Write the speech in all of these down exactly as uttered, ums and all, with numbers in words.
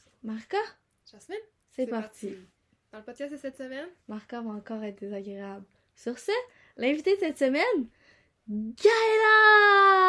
Marca, Jasmine, c'est parti. Dans le podcast de cette semaine, Marca va encore être désagréable. Sur ce, l'invité de cette semaine, Gaëla!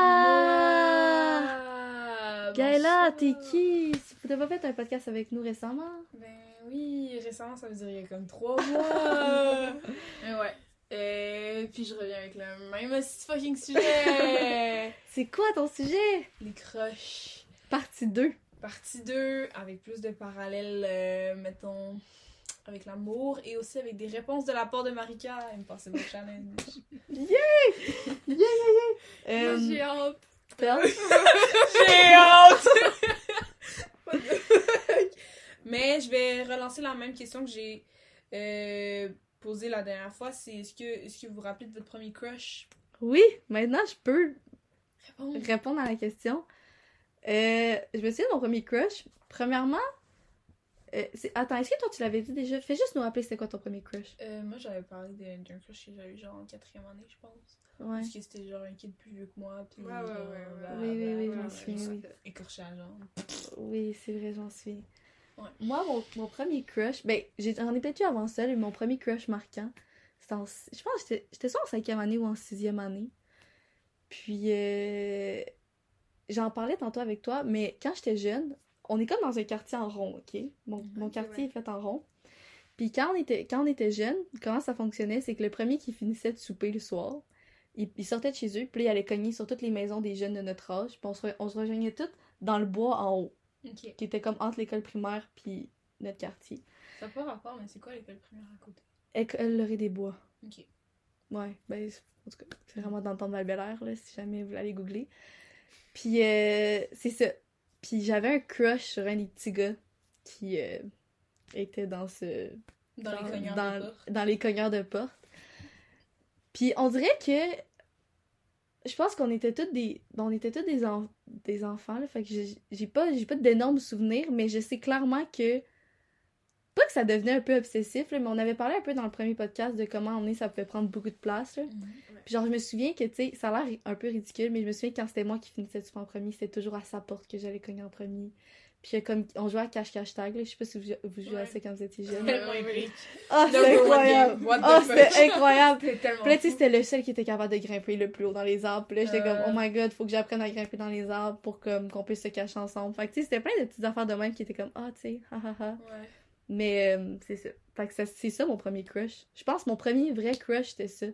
Moi! Gaëla, Bonsoir. t'es qui? T'as pas fait un podcast avec nous récemment? Ben oui, récemment, ça veut dire il y a comme trois mois. Mais ouais. Et puis je reviens avec le même aussi fucking sujet. C'est quoi ton sujet? Les crushs. Partie deux. Partie deux, avec plus de parallèles, euh, mettons, avec l'amour et aussi avec des réponses de la part de Marika. Impossible Challenge. Yeah! Yeah, yeah, yeah! moi Euh, j'ai hâte. Perle? J'ai hâte! What the fuck? Mais je vais relancer la même question que j'ai euh, posée la dernière fois. C'est est-ce que, est-ce que vous vous rappelez de votre premier crush? Oui, maintenant je peux Réponds. répondre à la question. Euh, je me souviens de mon premier crush. Premièrement, euh, c'est... attends, est-ce que toi tu l'avais dit déjà? Fais juste nous rappeler c'était quoi ton premier crush. Euh, moi, j'avais parlé de- d'un crush que j'avais eu genre en quatrième année, je pense. Ouais. Parce que c'était genre un kid plus vieux que moi. Puis Ouais, ouais, genre, ouais, ouais. bla, Oui, oui, bla, oui, bla, j'en bla, souviens, genre, oui. écorché à la jambe. Oui, c'est vrai, j'en suis. Ouais. Moi, mon, mon premier crush, ben, j'ai- j'en ai peut-être eu avant ça, mais mon premier crush marquant, c'était en, je pense que j'étais, j'étais soit en cinquième année ou en sixième année. Puis, euh, j'en parlais tantôt avec toi, mais quand j'étais jeune, on est comme dans un quartier en rond, ok? Mon, mon Ok, quartier ouais. est fait en rond. Puis quand on était, quand on était jeune, comment ça fonctionnait, c'est que le premier qui finissait de souper le soir, il, il sortait de chez eux, puis là, il allait cogner sur toutes les maisons des jeunes de notre âge, puis on se, re- on se rejoignait toutes dans le bois en haut, Ok. qui était comme entre l'école primaire puis notre quartier. Ça n'a pas rapport, mais c'est quoi l'école primaire à côté? École Lorée des Bois. Ok. Ouais, ben, c'est- en tout cas, c'est vraiment dans le temps de Val-Bélair, là, si jamais vous allez googler. Puis, euh, c'est ça. Puis j'avais un crush sur un des petits gars qui euh, était dans ce... Dans, les cogneurs dans, de porte. dans les cogneurs de porte. Puis on dirait que... Je pense qu'on était tous des... On était tous des, en- des enfants, là, fait que j'ai j'ai pas, j'ai pas d'énormes souvenirs, mais je sais clairement que... Pas que ça devenait un peu obsessif, là, mais on avait parlé un peu dans le premier podcast de comment on est, ça pouvait prendre beaucoup de place, là. Mhm. Puis genre, je me souviens que, tu sais, ça a l'air un peu ridicule, mais je me souviens que quand c'était moi qui finissais souvent en premier, c'était toujours à sa porte que j'allais cogner en premier. Puis comme, on jouait à cache-cache tag, là, je sais pas si vous, vous jouez à Ouais. ça quand vous étiez jeune. Tellement Ouais, ouais, épique. Ah, Number c'est one incroyable! game. What the Ah, fuck? c'était incroyable! C'était tellement Puis là, tu sais, fou. c'était le seul qui était capable de grimper le plus haut dans les arbres. Puis là, j'étais Euh. comme, oh my god, faut que j'apprenne à grimper dans les arbres pour comme, qu'on puisse se cacher ensemble. Fait que, tu sais, c'était plein de petites affaires de même qui étaient comme, ah, tu sais, ha ha ha. Ouais. Mais euh, c'est ça. Fait que ça- c'est ça mon premier crush. Je pense que mon premier vrai crush, c'était ça.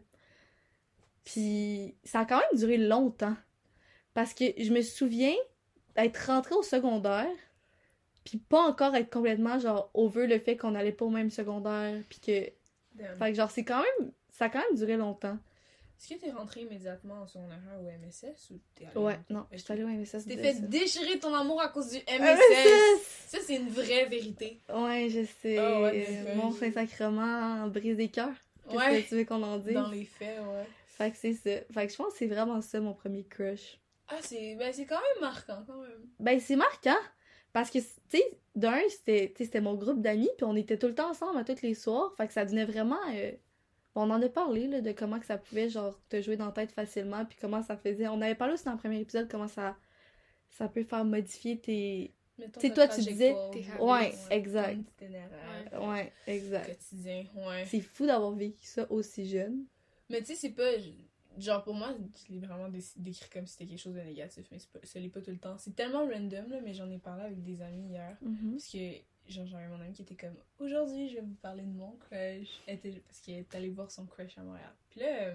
Puis ça a quand même duré longtemps. Parce que je me souviens d'être rentrée au secondaire, puis pas encore être complètement, genre, over le fait qu'on allait pas au même secondaire, puis que... Damn. Fait que, genre, c'est quand même... Ça a quand même duré longtemps. Est-ce que t'es rentrée immédiatement en secondaire un au M S S ou t'es allée Ouais, en- non, Ok. j'étais allée au M S S. Tu t'es de fait ça. déchirer ton amour à cause du M S M S. S S! Ça, c'est une vraie vérité. Ouais, je sais. Oh, what the Euh, fuck. Mon Saint-Sacrement brise des cœurs. Qu'est-ce Ouais. que tu veux qu'on en dise? Dans les faits, ouais. Fait que c'est ça. Fait que je pense que c'est vraiment ça, mon premier crush. Ah, c'est ben, c'est quand même marquant, quand même. Ben, c'est marquant. Parce que, tu sais, d'un, c'était tu sais, c'était mon groupe d'amis, puis on était tout le temps ensemble à tous les soirs. Fait que ça devenait vraiment... euh, On en a parlé, là, de comment que ça pouvait, genre, te jouer dans la tête facilement, puis comment ça faisait... On avait parlé aussi dans le premier épisode, comment ça, ça peut faire modifier tes... Mettons Tu sais, ta toi, tu disais- trajectoire, Tes ouais, habits. Ouais, exact. ton itinéraire, Ouais, exact. quotidien, ouais. C'est fou d'avoir vécu ça aussi jeune. Mais tu sais, c'est pas... Genre, pour moi, je l'ai vraiment dé- décrit comme si c'était quelque chose de négatif, mais c'est pas, ça l'est pas tout le temps. C'est tellement random, là, mais j'en ai parlé avec des amis hier. Mhm. Parce que, genre, j'avais mon ami qui était comme « Aujourd'hui, je vais vous parler de mon crush. » Elle était- Parce qu'elle est allée voir son crush à Montréal. Puis là, euh,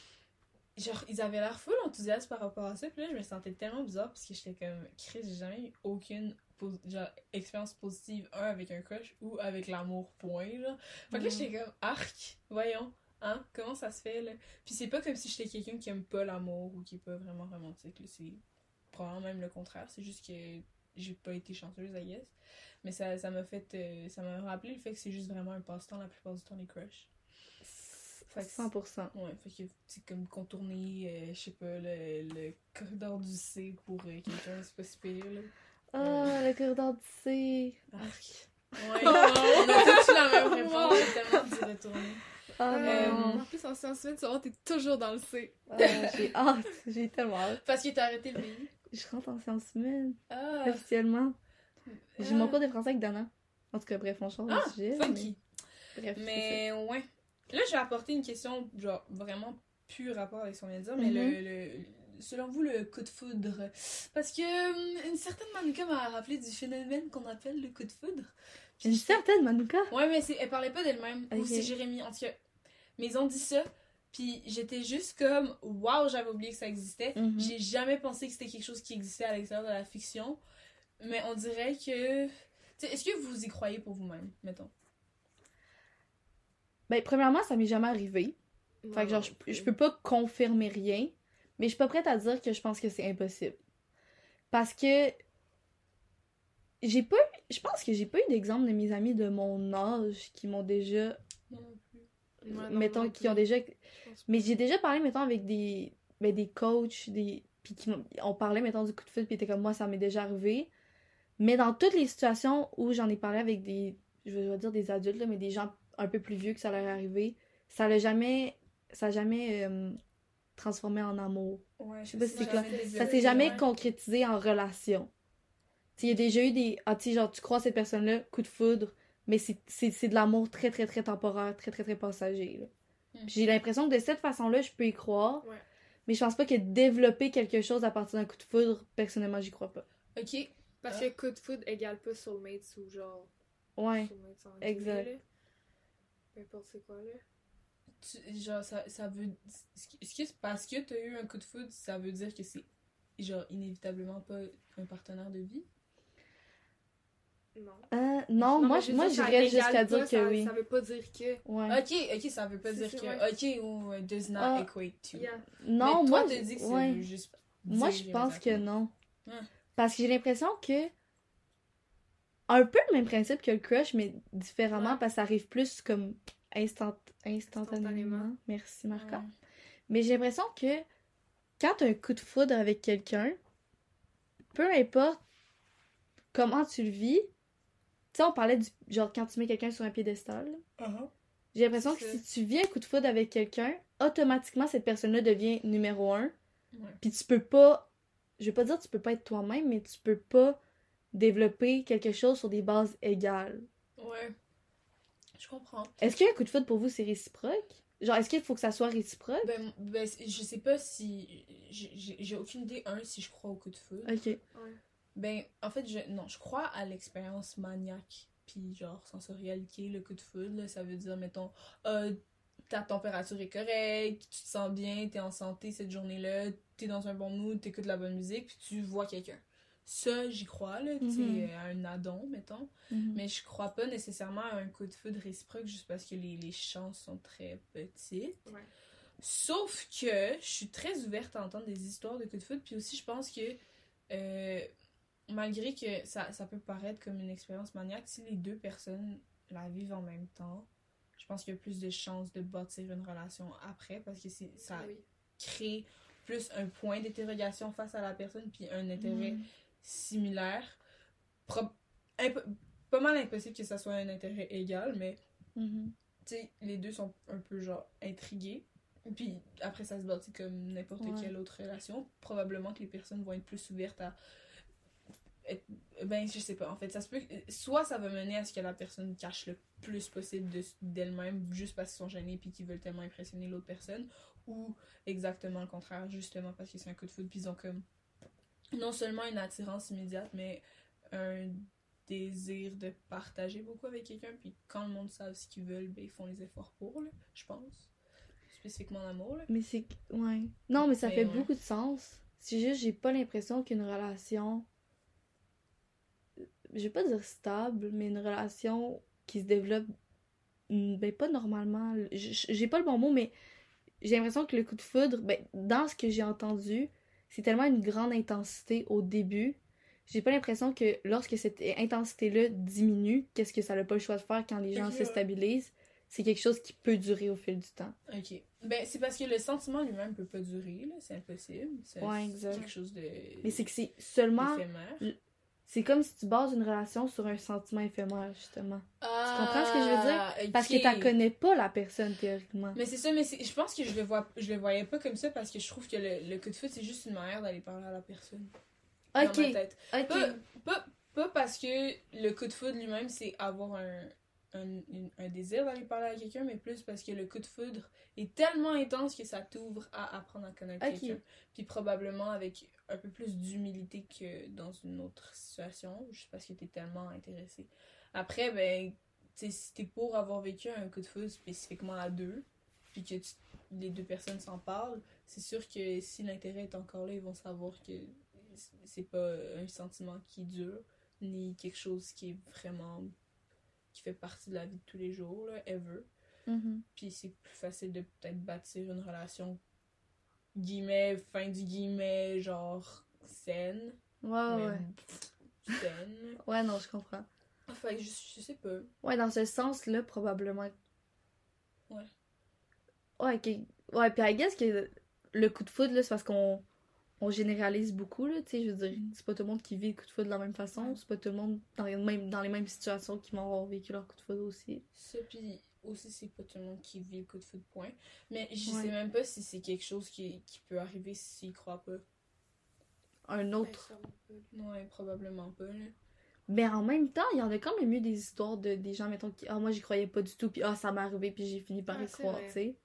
genre, ils avaient l'air full enthousiastes par rapport à ça. Puis là, je me sentais tellement bizarre parce que j'étais comme « Chris, j'ai jamais eu aucune pos- genre, expérience positive, un, avec un crush ou avec l'amour, point. » Genre. Fait que là, Mhm. j'étais comme « Arc, voyons. » Hein? Comment ça se fait, là? Puis c'est pas comme si j'étais quelqu'un qui aime pas l'amour ou qui est pas vraiment romantique, là. C'est probablement même le contraire. C'est juste que j'ai pas été chanceuse, I guess. Mais ça ça m'a fait... euh, ça m'a rappelé le fait que c'est juste vraiment un passe-temps la plupart du temps, les crushs. Fait que cent pour cent. Ouais, fait que c'est comme contourner, euh, je sais pas, le, le corridor du C pour euh, quelqu'un, c'est pas si pire, là. Ah, le corridor du C. Arc. Ouais, on a tous eu la même réponse, j'ai tellement dû retourner. Ah Euh, non. en plus, en sciences humaines, tu vois, t'es toujours dans le C. Ah, j'ai hâte. J'ai tellement hâte. Parce que t'as arrêté le pays. Je rentre en sciences humaines, Ah! officiellement. J'ai mon cours de français avec Dana. En tout cas, bref, on change Ah, de sujet. funky. Mais... Bref, Mais ouais. Là, je vais apporter une question, genre, vraiment plus rapport avec ce qu'on vient de dire, mais Mhm. le, le- selon vous, le coup de foudre. Parce que euh, une certaine Manuka m'a rappelé du phénomène qu'on appelle le coup de foudre. Puis Une j'étais- certaine Manuka. Ouais, mais c'est, elle parlait pas d'elle-même. Ou Ok. c'est Jérémy, en tout cas. Mais ils ont dit ça, puis j'étais juste comme, waouh, j'avais oublié que ça existait. Mhm. J'ai jamais pensé que c'était quelque chose qui existait à l'extérieur de la fiction. Mais on dirait que. Tu sais, est-ce que vous y croyez pour vous-même, mettons? Ben, premièrement, ça m'est jamais arrivé. Fait que genre, je, je peux pas confirmer rien, mais je suis pas prête à dire que je pense que c'est impossible. Parce que j'ai pas eu, je pense que j'ai pas eu d'exemple de mes amis de mon âge qui m'ont déjà, Non, non plus. Ouais, non, mettons, non qui ont plus. déjà, Je pense mais j'ai déjà parlé, mettons, avec des, ben, des coachs, des, puis qui m'ont- on parlait, mettons, du coup de foot, puis était comme moi, ça m'est déjà arrivé. Mais dans toutes les situations où j'en ai parlé avec des, je veux je veux dire des adultes, là, mais des gens un peu plus vieux que ça leur est arrivé, ça l'a jamais, ça a jamais euh, transformé en amour. Ouais, Je sais pas si c'est clair. Ça Ça s'est jamais concrétisé en relation. Il y a déjà eu des. Ah, tu sais, genre, tu crois cette personne-là, coup de foudre, mais c'est- c'est c'est de l'amour très, très, très temporaire, très, très, très passager. là. Mm. Puis j'ai l'impression que de cette façon-là, je peux y croire, Ouais. mais je pense pas que développer quelque chose à partir d'un coup de foudre, personnellement, j'y crois pas. Ok. Parce Ah. que coup de foudre égale pas soulmates ou genre. Ouais, Soulmates en exact. guillemets, là. Peu importe c'est quoi, là. Tu- genre, ça, ça veut. Est-ce que c'est parce que t'as eu un coup de foudre, ça veut dire que c'est, genre, inévitablement pas un partenaire de vie? Non. Euh, non, moi, mais je- veux moi dire, ça j'irais égale jusqu'à pas, dire que ça, oui. Ça veut pas dire que. Ouais. Ok, ok, ça veut pas C'est dire ça, que. ouais. Ok, ou uh, does not Ah. equate to. Yeah. Non, Mais moi, toi, t'as je- dit que ça ouais. veut juste. Moi, dire je pense que immédiatement. non. Ah. Parce que j'ai l'impression que. Un peu le même principe que le crush, mais différemment, Ouais. parce que ça arrive plus comme instant... instantanément. Instantanément. Merci, Marca. Ouais. Mais j'ai l'impression que quand t'as un coup de foudre avec quelqu'un, peu importe comment tu le vis, tu sais, on parlait du genre quand tu mets quelqu'un sur un piédestal, là. Uh-huh. J'ai l'impression que C'est si tu vis un coup de foudre avec quelqu'un, automatiquement cette personne-là devient numéro un. Ouais. Puis tu peux pas, je vais pas dire que tu peux pas être toi-même, mais tu peux pas développer quelque chose sur des bases égales. Ouais. Je comprends. Est-ce qu'un coup de foudre pour vous c'est réciproque? Genre, est-ce qu'il faut que ça soit réciproque? Ben, ben, c'est- je sais pas si. j'ai- J'ai j'ai aucune idée, un, si je crois au coup de foudre. Ok. Ouais. Ben, en fait, je, non, je crois à l'expérience maniaque, puis genre sensorielle qui est le coup de foudre. Là, ça veut dire, mettons, euh, ta température est correcte, tu te sens bien, t'es en santé cette journée-là, t'es dans un bon mood, t'écoutes de la bonne musique, puis tu vois quelqu'un. Ça, j'y crois, là, tu sais, Mhm. à un addon, mettons. Mhm. Mais je crois pas nécessairement à un coup de foudre réciproque juste parce que les, les chances sont très petites. Ouais. Sauf que je suis très ouverte à entendre des histoires de coups de foudre. Puis aussi, je pense que euh, malgré que ça, ça peut paraître comme une expérience maniaque, si les deux personnes la vivent en même temps, je pense qu'il y a plus de chances de bâtir une relation après parce que c'est, ça Ah oui. crée plus un point d'interrogation face à la personne puis un intérêt Mhm. similaire. Pro- imp- pas mal impossible que ça soit un intérêt égal, mais Mhm. tu sais, les deux sont un peu genre intrigués. Puis après, ça se bâtit comme n'importe Ouais. quelle autre relation. Probablement que les personnes vont être plus ouvertes à. être- Ben, je sais pas. En fait, ça se peut. que- Soit ça va mener à ce que la personne cache le plus possible de- d'elle-même juste parce qu'ils sont gênés puis qu'ils veulent tellement impressionner l'autre personne. Ou exactement le contraire, justement parce que c'est un coup de foudre. Puis ils ont comme. Non seulement une attirance immédiate, mais un désir de partager beaucoup avec quelqu'un. Puis quand le monde sait ce qu'ils veulent, ben, ils font les efforts pour, là, je pense. Spécifiquement l'amour, là. Mais c'est. Ouais. Non, mais ça Mais fait ouais. beaucoup de sens. C'est juste, j'ai pas l'impression qu'une relation. Je vais pas dire stable, mais une relation qui se développe. mm, Ben, pas normalement. J- j- J'ai pas le bon mot, mais j'ai l'impression que le coup de foudre, ben, dans ce que j'ai entendu, c'est tellement une grande intensité au début. J'ai pas l'impression que lorsque cette intensité-là diminue, qu'est-ce que ça n'a pas le choix de faire quand les gens Ok, se ouais. stabilisent, c'est quelque chose qui peut durer au fil du temps. Ok. Ben, c'est parce que le sentiment lui-même peut pas durer, là. C'est impossible. C'est Ouais, c'est exact. quelque chose de. Mais c'est que c'est seulement. éphémère. C'est comme si tu bases une relation sur un sentiment éphémère, justement. Ah, comprends ce que je veux dire? Parce que ok. tu connais pas la personne, théoriquement. Mais c'est ça, mais c'est- je pense que je le vois je le voyais pas comme ça parce que je trouve que le, le coup de foot c'est juste une manière d'aller parler à la personne. Ok, Dans ma tête. ok. Pas, pas, pas parce que le coup de foudre lui-même, c'est avoir un, un, une- un désir d'aller parler à quelqu'un, mais plus parce que le coup de foudre est tellement intense que ça t'ouvre à apprendre à connaître Ok. quelqu'un. Puis probablement avec un peu plus d'humilité que dans une autre situation, juste parce que t'es tellement intéressé. Après, ben, tu sais, si t'es pour avoir vécu un coup de foudre spécifiquement à deux, puis que tu- les deux personnes s'en parlent, c'est sûr que si l'intérêt est encore là, ils vont savoir que c'est pas un sentiment qui dure, ni quelque chose qui est vraiment qui fait partie de la vie de tous les jours, là, ever. Mhm. Puis c'est plus facile de peut-être bâtir une relation guillemets, fin du guillemets, genre saine. Ouais, mais ouais. saine. Ouais, non, je comprends. Enfin, je, je sais pas. Ouais, dans ce sens-là, probablement. Ouais. Ouais, ok. Ouais, puis I guess que le coup de foudre, là, c'est parce qu'on on généralise beaucoup, là, tu sais, je veux dire, Mm. c'est pas tout le monde qui vit le coup de foudre de la même façon, Ouais. c'est pas tout le monde dans les mêmes, dans les mêmes situations qui vont avoir vécu leur coup de foudre aussi. Ça, puis aussi, c'est pas tout le monde qui vit le coup de foudre, point. Mais je Ouais. sais même pas si c'est quelque chose qui, qui peut arriver s'ils croient pas. Un Ben, autre. sûrement pas. Ouais, probablement pas, là. Mais en même temps, il y en a quand même eu des histoires de des gens, mettons, qui, ah, moi, j'y croyais pas du tout, puis ah, ça m'est arrivé, puis j'ai fini par Ah, y c'est croire, vrai. tu sais.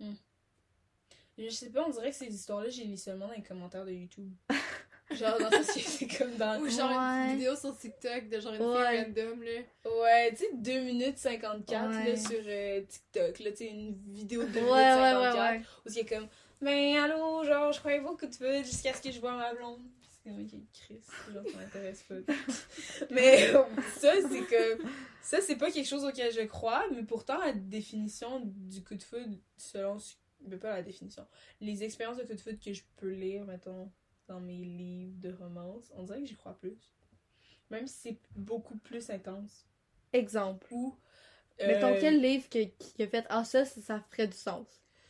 Je sais pas, on dirait que ces histoires-là, j'ai lu seulement dans les commentaires de YouTube. Genre, dans ce que c'est comme dans... Ou genre une Ouais. petite vidéo sur TikTok de genre une Ouais. fille random, là. Ouais, tu sais, deux minutes cinquante-quatre Ouais. là, sur euh, TikTok, là, tu sais, une vidéo de deux Ouais, minutes ouais, cinquante-quatre ouais, ouais. où c'est comme, ben allô, genre, je croyais pas que tu veux jusqu'à ce que je vois ma blonde. C'est comme, ok, Chris, genre, ça m'intéresse pas. Mais ça, c'est que, ça, c'est pas quelque chose auquel je crois, mais pourtant, la définition du coup de foudre, selon, ce- mais pas la définition, les expériences de coup de foudre que je peux lire, mettons, dans mes livres de romance, on dirait que j'y crois plus. Même si c'est beaucoup plus intense. Exemple. Ou. Mettons, euh, quel livre que- qui a fait, ah, ça, ça, ça ferait du sens.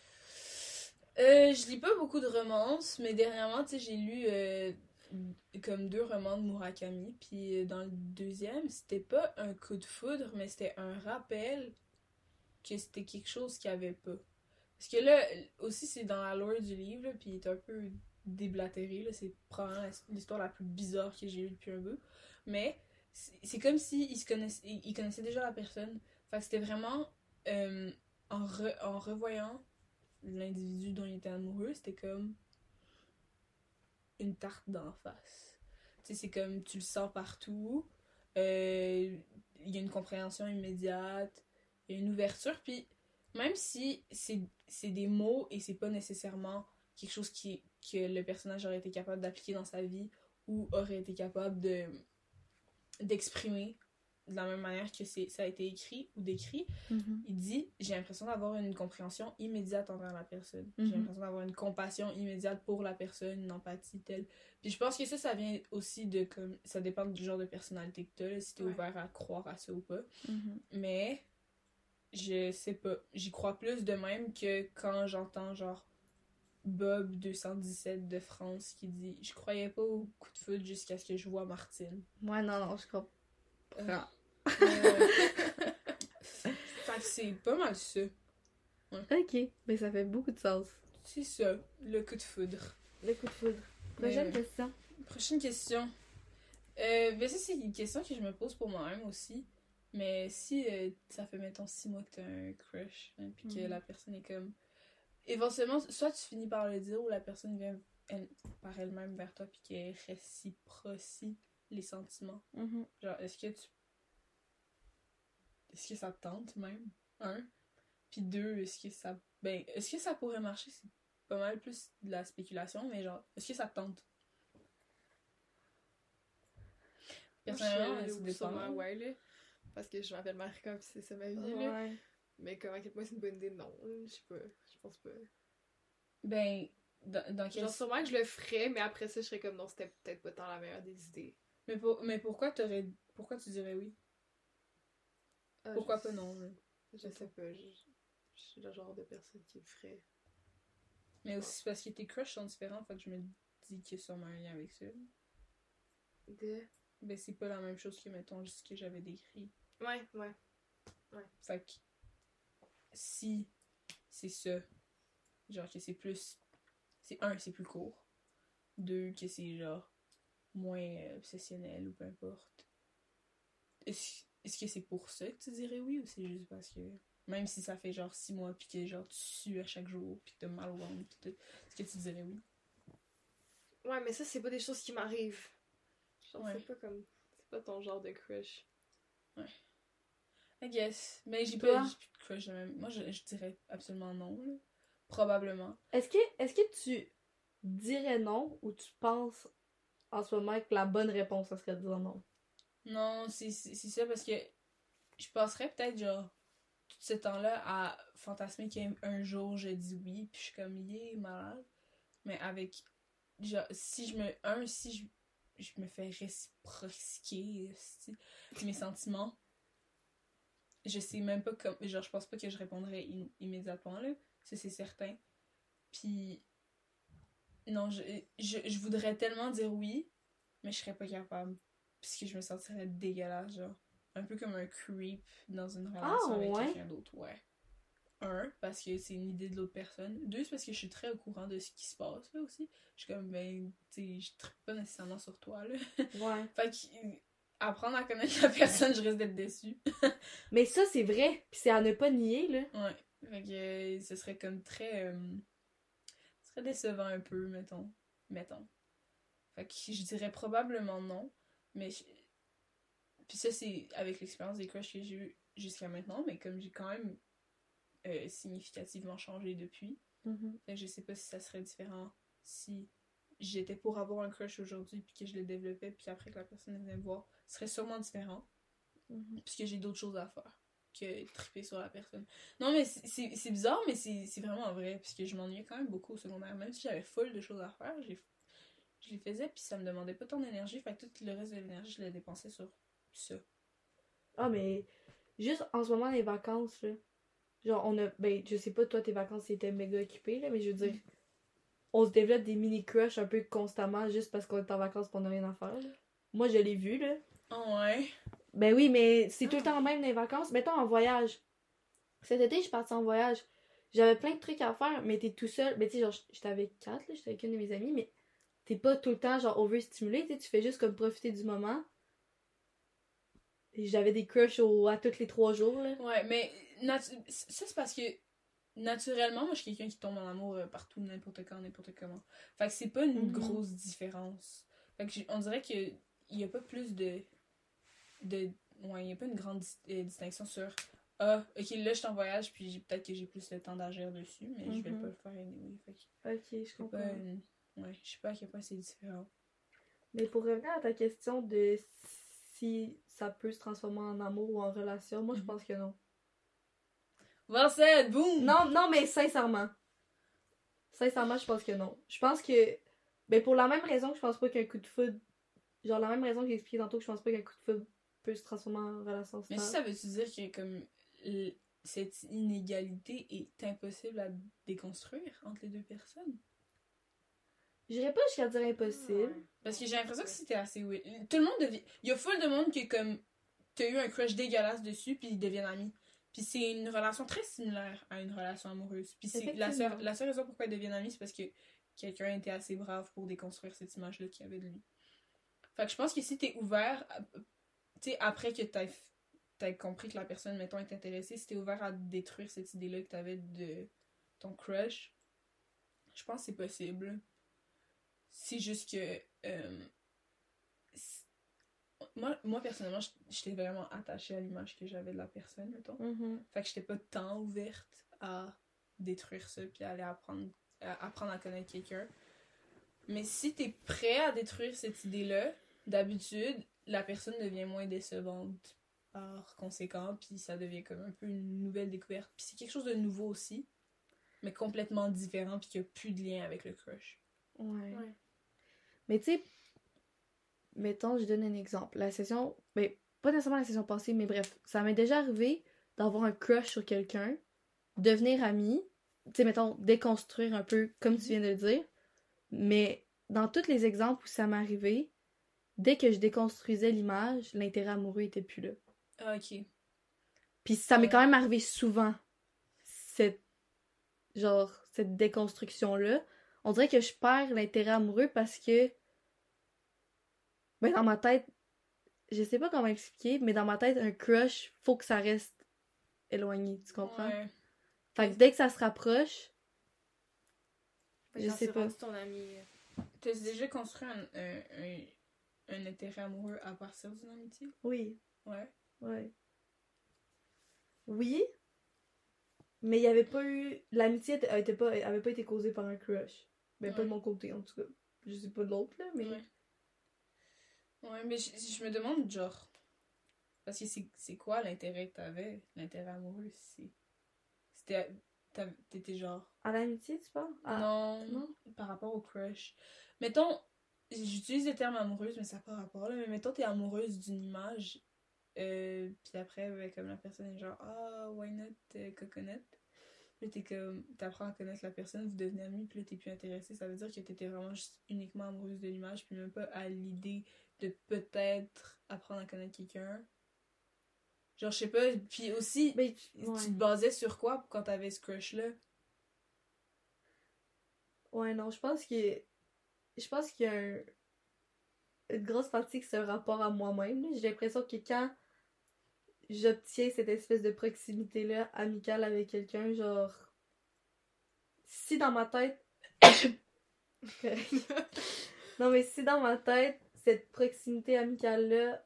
euh, je lis pas beaucoup de romances, mais dernièrement, tu sais, j'ai lu euh, comme deux romans de Murakami. Puis euh, dans le deuxième, c'était pas un coup de foudre, mais c'était un rappel que c'était quelque chose qu'il y avait pas. Parce que là, aussi, c'est dans la lore du livre, là, puis il est un peu déblatéré. Là, c'est probablement la- l'histoire la plus bizarre que j'ai eue depuis un bout. Mais c'est c'est comme si il se connaissait, il il connaissait déjà la personne. Fait que c'était vraiment euh, en, re- en revoyant l'individu dont il était amoureux, c'était comme une tarte d'en face. Tu sais, c'est comme tu le sens partout. euh, Il y a une compréhension immédiate. Il y a une ouverture. Puis même si c'est c'est des mots et c'est pas nécessairement quelque chose qui, que le personnage aurait été capable d'appliquer dans sa vie ou aurait été capable de d'exprimer de la même manière que c'est, ça a été écrit ou décrit, Mhm. il dit « J'ai l'impression d'avoir une compréhension immédiate envers la personne. Mhm. J'ai l'impression d'avoir une compassion immédiate pour la personne, une empathie telle. » Puis je pense que ça, ça vient aussi de comme... Ça dépend du genre de personnalité que t'as, là, si t'es Ouais. ouvert à croire à ça ou pas. Mhm. Mais je sais pas. J'y crois plus de même que quand j'entends genre Bob deux cent dix-sept de France qui dit « Je croyais pas au coup de foudre jusqu'à ce que je vois Martine. » Ouais, non, non, je comprends. Euh, euh, fait que c'est pas mal ça. Ok, mais ça fait beaucoup de sens. C'est ça, le coup de foudre. Le coup de foudre. Prochaine Euh, question. Prochaine question. Euh, ben ça, c'est une question que je me pose pour moi-même aussi. Mais si euh, ça fait, mettons, six mois que t'as un crush, hein, puis que Mhm. la personne est comme... Éventuellement, soit tu finis par le dire, ou la personne vient elle, par elle-même vers toi, puis qu'elle réciprocie les sentiments. Mhm. Genre, est-ce que tu... Est-ce que ça te tente, même? Un. Puis deux, est-ce que ça... Ben, est-ce que ça pourrait marcher? C'est pas mal plus de la spéculation, mais genre, est-ce que ça te tente? Personnellement, Moi, je ça suis dépend. sûrement ouais, là. Parce que je m'appelle Marika, pis c'est ça ma vie, là. Ouais. Mais comme à quel point c'est une bonne idée, non. Je sais pas. Je pense pas. Ben, dans, dans quel... Genre, sûrement que je le ferais, mais après ça, je serais comme non, c'était peut-être pas tant la meilleure des idées. Mais, pour... mais pourquoi t'aurais... Pourquoi tu dirais oui? Ah, Pourquoi je- pas non? là? Je sais pas. Je, je suis le genre de personne qui le ferait. Mais aussi parce que tes crushs sont différents, fait que je me dis qu'il y a sûrement un lien avec ça. De... Ben, c'est pas la même chose que, mettons, ce que j'avais décrit. Ouais, ouais. Fait que si c'est ça, genre que c'est plus... C'est un, c'est plus court. Deux, que c'est genre moins euh, obsessionnel ou peu importe. est-ce, est-ce que c'est pour ça que tu dirais oui ou c'est juste parce que. Même si ça fait genre six mois, puis que genre tu sues à chaque jour, puis que t'as mal au ventre, pis tout, est-ce que tu dirais oui? Ouais, mais ça, c'est pas des choses qui m'arrivent. Genre, Ouais. c'est pas comme. C'est pas ton genre de crush. Ouais. I guess. Mais j'ai Toi? pas j'ai plus de crush de même. Moi, je, je dirais absolument non, là. Probablement. Est-ce que, est-ce que tu dirais non ou tu penses en ce moment que la bonne réponse, ça serait de dire non? Non, c'est c'est c'est ça parce que je passerais peut-être genre tout ce temps-là à fantasmer qu'un jour je dis oui, puis je suis comme yeah, malade. Mais avec genre si je me un si je je me fais réciproquer esti, mes sentiments, je sais même pas comme genre je pense pas que je répondrais im- immédiatement là, ça c'est certain. Puis non, je, je je voudrais tellement dire oui, mais je serais pas capable puisque je me sentirais dégueulasse genre un peu comme un creep dans une relation Ah, avec ouais? quelqu'un d'autre, ouais. Un, parce que c'est une idée de l'autre personne. Deux, c'est parce que je suis très au courant de ce qui se passe, là, aussi. Je suis comme, ben, tu sais, je tripe pas nécessairement sur toi, là. Ouais. Fait que, euh, apprendre à connaître la personne, je risque d'être déçue. Mais ça, c'est vrai, pis c'est à ne pas nier, là. Ouais. Fait que, euh, ce serait comme très... euh, ce serait décevant un peu, mettons. Mettons. Fait que je dirais probablement non, mais... je- Puis ça, c'est avec l'expérience des crushs que j'ai eu jusqu'à maintenant, mais comme j'ai quand même euh, significativement changé depuis. Mhm. Fait que je sais pas si ça serait différent si j'étais pour avoir un crush aujourd'hui puis que je le développais puis après que la personne venait me voir. Ce serait sûrement différent Mhm. puisque j'ai d'autres choses à faire que triper sur la personne. Non mais c'est- c'est c'est bizarre mais c'est c'est vraiment vrai puisque je m'ennuyais quand même beaucoup au secondaire. Même si j'avais full de choses à faire, j'ai je les faisais puis ça me demandait pas tant d'énergie. Fait que tout le reste de l'énergie je la dépensais sur ça. Ah, mais juste en ce moment, les vacances, là. Genre, on a. Ben, je sais pas, toi, tes vacances, c'était méga occupé, là, mais je veux dire, on se développe des mini-crushs un peu constamment juste parce qu'on est en vacances pis on a rien à faire, là. Moi, je l'ai vu, là. Oh ouais. Ben oui, mais c'est tout le Ah. temps même dans les vacances. Mettons en voyage. Cet été, je suis partie en voyage. J'avais plein de trucs à faire, mais t'es tout seul. Mais tu sais, genre, j'étais avec Kat, là, j'étais avec une de mes amies, mais t'es pas tout le temps, genre, overstimulé, tu sais, tu fais juste comme profiter du moment. Et j'avais des crushs au- à tous les trois jours, là. Ouais, mais natu- ça c'est parce que naturellement, moi je suis quelqu'un qui tombe en amour euh, partout, n'importe quand, n'importe comment. Fait que c'est pas une Mhm. grosse différence. Fait que j'ai- on dirait que il y a pas plus de. de ouais, il y a pas une grande dis- euh, distinction sur. Ah, ok, là je suis en voyage, puis j'ai- peut-être que j'ai plus le temps d'agir dessus, mais je vais Mhm. pas le faire anyway. Fait que Ok, je c'est comprends. pas une. Ouais, je sais pas à quel point c'est différent. Mais pour revenir à ta question de si ça peut se transformer en amour ou en relation, moi, je Mhm. pense que non. Well said, boom! Non, non, mais sincèrement. Sincèrement, je pense que non. Je pense que. Ben, pour la même raison que je pense pas qu'un coup de foudre. Genre, la même raison que j'ai expliqué tantôt que je pense pas qu'un coup de foudre peut se transformer en relation Mais stable. si ça veut-tu dire que comme l- cette inégalité est impossible à déconstruire entre les deux personnes? J'irais pas jusqu'à dire impossible. Parce que j'ai l'impression que c'était assez weird. Tout le monde devient... Il y a full de monde qui comme t'as eu un crush dégueulasse dessus puis ils deviennent amis. Puis c'est une relation très similaire à une relation amoureuse. Puis c'est la seule, Effectivement. la seule raison pourquoi ils deviennent amis, c'est parce que quelqu'un était assez brave pour déconstruire cette image-là qu'il y avait de lui. Fait que je pense que si t'es ouvert, à- tu sais, après que t'as t'as compris que la personne, mettons, est intéressée, si t'es ouvert à détruire cette idée-là que t'avais de ton crush, je pense que c'est possible. C'est juste que... euh, c'est- moi, moi, personnellement, j- j'étais vraiment attachée à l'image que j'avais de la personne, mettons. Mhm. Fait que j'étais pas tant ouverte à détruire ça puis à aller apprendre à, apprendre à connaître quelqu'un. Mais si t'es prêt à détruire cette idée-là, d'habitude, la personne devient moins décevante par conséquent, puis ça devient comme un peu une nouvelle découverte. Puis c'est quelque chose de nouveau aussi, mais complètement différent, puis qui a plus de lien avec le crush. Ouais. Ouais. Mais tu sais, mettons, je donne un exemple. La session. Ben, pas nécessairement la session passée, mais bref, ça m'est déjà arrivé d'avoir un crush sur quelqu'un, devenir ami, tu sais, mettons, déconstruire un peu, comme tu viens de le dire. Mais dans tous les exemples où ça m'est arrivé, dès que je déconstruisais l'image, l'intérêt amoureux était plus là. Ah, ok. Puis ça m'est Ouais. quand même arrivé souvent, cette, genre, cette déconstruction-là. On dirait que je perds l'intérêt amoureux parce que, ben, dans ma tête, je sais pas comment expliquer, mais dans ma tête, un crush, faut que ça reste éloigné, tu comprends? Ouais. Fait que dès que ça se rapproche, je Genre, sais c'est pas. rendu ton ami. T'as déjà construit un, un, un, un intérêt amoureux à partir d'une amitié? Oui, Ouais. ouais. Oui, mais il y avait pas eu... L'amitié était- était pas, avait pas été causée par un crush. Ben, pas Ouais. de mon côté, en tout cas. Je sais pas de l'autre, là, mais... Ouais. Ouais, mais je, je me demande, genre... Parce que c'est, c'est quoi l'intérêt que t'avais? L'intérêt amoureux, c'est... C'était... t'avais- T'étais genre... À l'amitié, tu parles? Ah, non, non? par rapport au crush. Mettons, j'utilise le terme amoureuse, mais ça n'a pas rapport, là. Mais mettons, t'es amoureuse d'une image, euh, puis après, ben, comme la personne est genre, ah, why not euh, coconut? Puis t'es comme, t'apprends à connaître la personne, vous devenez amis, puis là, t'es plus intéressée. Ça veut dire que t'étais vraiment juste uniquement amoureuse de l'image, puis même pas à l'idée de peut-être apprendre à connaître quelqu'un. Genre, je sais pas, puis aussi, Ben, tu ouais. te basais sur quoi quand t'avais ce crush-là? Ouais, non, je pense que... Je pense qu'il y a un... une grosse partie que c'est un rapport à moi-même, là. J'ai l'impression que quand j'obtiens cette espèce de proximité-là, amicale avec quelqu'un, genre... Si dans ma tête... non, mais si dans ma tête, cette proximité amicale-là...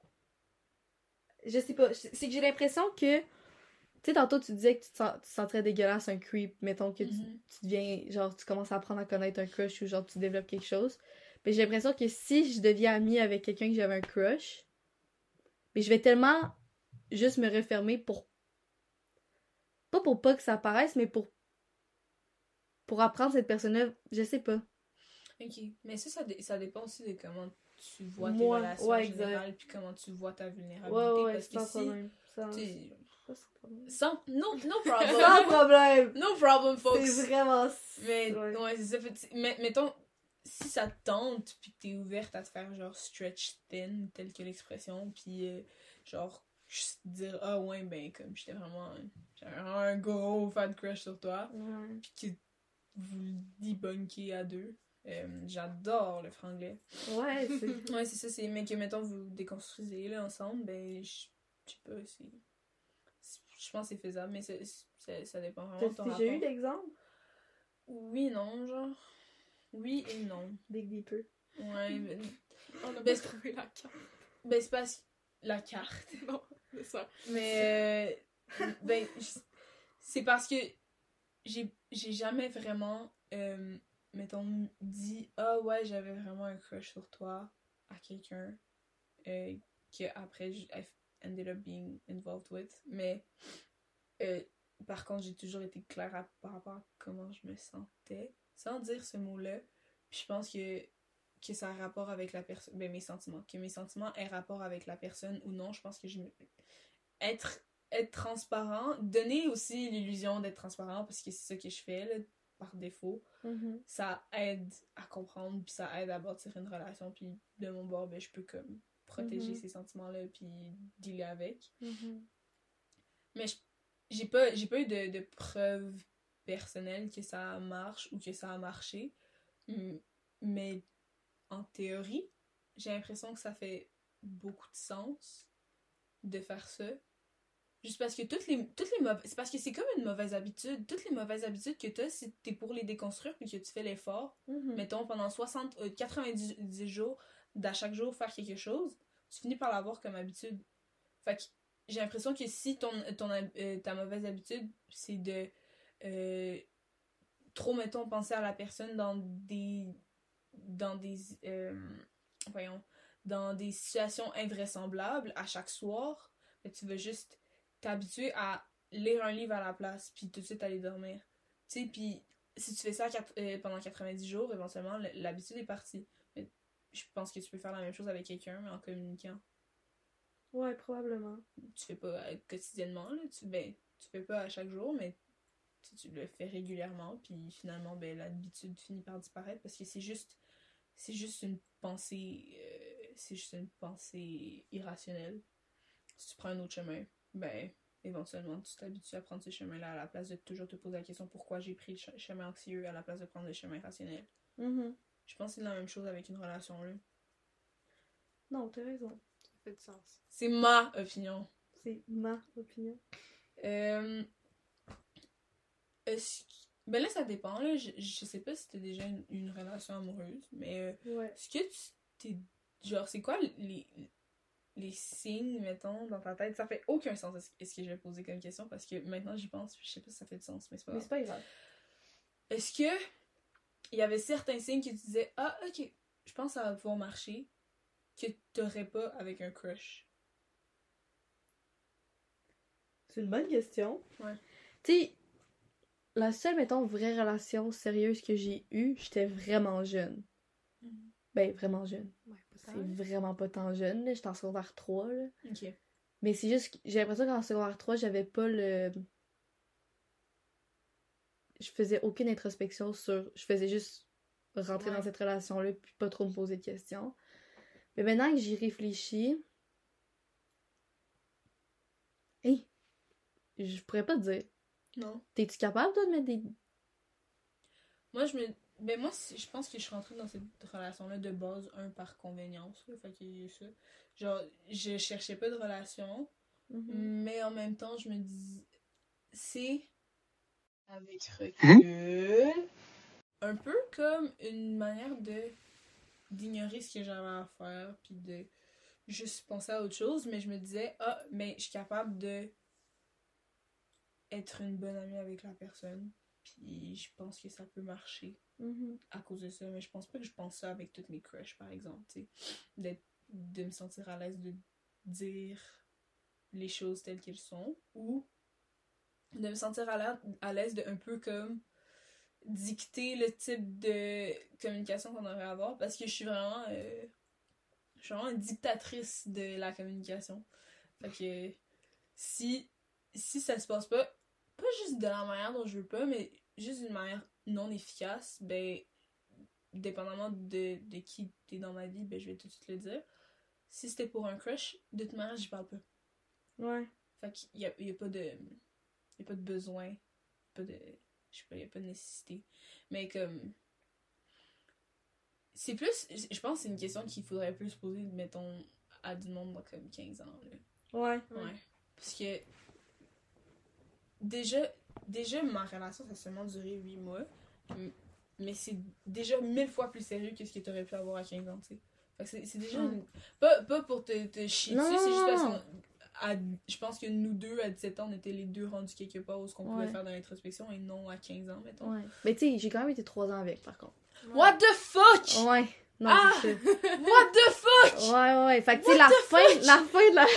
Je sais pas, c'est que j'ai l'impression que... Tu sais, tantôt, tu disais que tu te, sens, tu te sentirais dégueulasse, un creep. Mettons que tu, Mm-hmm. tu deviens... Genre, tu commences à apprendre à connaître un crush ou genre, tu développes quelque chose. Mais j'ai l'impression que si je deviens amie avec quelqu'un que j'avais un crush... Mais je vais tellement juste me refermer pour... Pas pour pas que ça apparaisse, mais pour... Pour apprendre cette personne-là, je sais pas. Ok, mais ça, ça, dé- ça dépend aussi de comment tu vois tes Moi, relations ouais, en exact. général, puis comment tu vois ta Ouais, vulnérabilité. ouais, ouais, parce que sans si. problème. Sans, t'sais, pas sans problème. Sans. No, no problem. Sans problème! No problem, folks. C'est vraiment... Mais, ouais. ouais, c'est ça. Fait, mais, mettons, si ça te tente, puis que t'es ouverte à te faire genre stretch thin, telle que l'expression, puis euh, genre, juste dire, ah ouais, ben, comme j'étais vraiment. J'avais vraiment un gros fan crush sur toi, Ouais. puis que vous le debunkiez à deux. Euh, j'adore le franglais. Ouais, c'est... Ouais, c'est ça, c'est. Mais que, mettons, vous déconstruisez là ensemble, ben, je je sais pas, c'est. c'est- Je pense que c'est faisable, mais c'est, c'est- ça dépend vraiment de ton T'as rapport. déjà eu d'exemple? Oui, non, genre. Oui et non. Dig deeper. Ouais, mais. On a Ben, pas c'est- trouvé la carte. Ben, c'est parce que. La carte. Non, c'est ça. Mais. euh, ben, j- c'est parce que j'ai, j'ai jamais vraiment. euh, mettons, dit, ah ouais, j'avais vraiment un crush sur toi à quelqu'un. Euh, que après j- I've ended up being involved with. Mais euh, par contre, j'ai toujours été claire à- par rapport à comment je me sentais, sans dire ce mot-là. Puis je pense que, que ça a rapport avec la personne, ben mes sentiments, que mes sentiments aient rapport avec la personne ou non. Je pense que je me... être être transparent, donner aussi l'illusion d'être transparent parce que c'est ça que je fais là, par défaut. Mm-hmm. Ça aide à comprendre, puis ça aide à bâtir une relation, puis de mon bord, ben, je peux comme protéger Mhm. ces sentiments-là, puis dealer avec. Mm-hmm. Mais je- j'ai pas, j'ai pas eu de, de preuves personnelles que ça marche ou que ça a marché. M- Mais en théorie, j'ai l'impression que ça fait beaucoup de sens de faire ça. Juste parce que toutes les, toutes les mauvaises... C'est parce que c'est comme une mauvaise habitude. Toutes les mauvaises habitudes que t'as, si t'es pour les déconstruire puis que tu fais l'effort, Mm-hmm. mettons, pendant soixante, euh, quatre-vingt-dix jours, d'à chaque jour faire quelque chose, tu finis par l'avoir comme habitude. Fait que j'ai l'impression que si ton, ton, euh, ta mauvaise habitude, c'est de euh, trop, mettons, penser à la personne dans des... dans des... euh, voyons... dans des situations invraisemblables à chaque soir, ben, tu veux juste t'habituer à lire un livre à la place, puis tout de suite aller dormir. Tu sais, puis si tu fais ça quatre- euh, pendant quatre-vingt-dix jours, éventuellement, l- l'habitude est partie. Mais je pense que tu peux faire la même chose avec quelqu'un, mais en communiquant. Ouais, probablement. Tu fais pas euh, quotidiennement, là, tu, ben, tu fais pas à chaque jour, mais tu, tu le fais régulièrement, puis finalement, ben, l'habitude finit par disparaître, parce que c'est juste, c'est juste une pensée, euh, c'est juste une pensée irrationnelle. Si tu prends un autre chemin, ben, éventuellement, tu t'habitues à prendre ce chemin-là à la place de toujours te poser la question pourquoi j'ai pris le ch- chemin anxieux à la place de prendre le chemin rationnel. Mm-hmm. Je pense que c'est la même chose avec une relation, là. Non, t'as raison. fait du sens. C'est ma opinion. C'est ma opinion. Euh... Est-ce que... Ben là, ça dépend, là. Je, je sais pas si t'as déjà une, une relation amoureuse, mais euh, Ouais. est-ce que tu t'es... Genre, c'est quoi les, les signes, mettons, dans ta tête? Ça fait aucun sens, est-ce, est-ce que je vais poser comme question, parce que maintenant, j'y pense, je sais pas si ça fait du sens, mais c'est pas Mais grave. c'est pas grave. Est-ce que il y avait certains signes que tu disais « Ah, ok, je pense que ça va pouvoir marcher », que t'aurais pas avec un crush? C'est une bonne question. Ouais. Tu sais, la seule, mettons, vraie relation sérieuse que j'ai eue, j'étais vraiment jeune. Mm-hmm. Ben, vraiment jeune. Ouais, pas C'est tant. vraiment pas tant jeune, là. J'étais en secondaire trois, là. Ok. Mais c'est juste que j'ai l'impression qu'en secondaire trois, j'avais pas le... Je faisais aucune introspection sur... Je faisais juste rentrer Ouais. dans cette relation-là puis pas trop me poser de questions. Mais maintenant que j'y réfléchis... Hey! Je pourrais pas te dire. Non. T'es-tu capable, toi, de mettre des... Moi, je me... Ben moi, c'est- je pense que je suis rentrée dans cette relation-là de base, un, par convenience, là, fait qu'il y a ça. Genre, je cherchais pas de relation, Mhm. mais en même temps, je me dis... C'est... Avec recul... Un peu comme une manière de... d'ignorer ce que j'avais à faire, puis de juste penser à autre chose, mais je me disais, ah, mais je suis capable de être une bonne amie avec la personne, puis je pense que ça peut marcher Mhm. à cause de ça, mais je pense pas que je pense ça avec toutes mes crushs, par exemple, tu sais, d'être, de me sentir à l'aise de dire les choses telles qu'elles sont, ou de me sentir à l'aise, à l'aise de un peu comme dicter le type de communication qu'on devrait avoir, parce que je suis vraiment euh, je suis vraiment une dictatrice de la communication. Fait que si si ça se passe pas pas juste de la manière dont je veux pas, mais juste d'une manière non efficace, ben dépendamment de, de qui t'es dans ma vie, ben je vais tout de suite le dire. Si c'était pour un crush, de toute manière j'y parle pas. Ouais. Fait qu'il y a, y a pas de y a pas de besoin, pas de je sais pas, y a pas de nécessité. Mais comme c'est plus, je pense que c'est une question qu'il faudrait plus se poser, mettons, à du monde de comme quinze ans, là. Ouais. Ouais. Parce que déjà, déjà ma relation, ça a seulement duré huit mois, mais c'est déjà mille fois plus sérieux que ce que t'aurais pu avoir à quinze ans, tu sais. Fait que c'est, c'est déjà Ouais. une... Pas, pas pour te, te chier Non, dessus, c'est juste parce non. qu'on... à- je pense que nous deux, à dix-sept ans, on était les deux rendus quelque part où ce qu'on pouvait Ouais. faire dans l'introspection et non à quinze ans, mettons. Ouais. Mais tu sais, j'ai quand même été trois ans avec, par contre. What the fuck? Ouais. Non, Ah! c'est ça. What the fuck? Ouais, ouais. Fait que tu What sais, la the fin, fuck? la fin de la...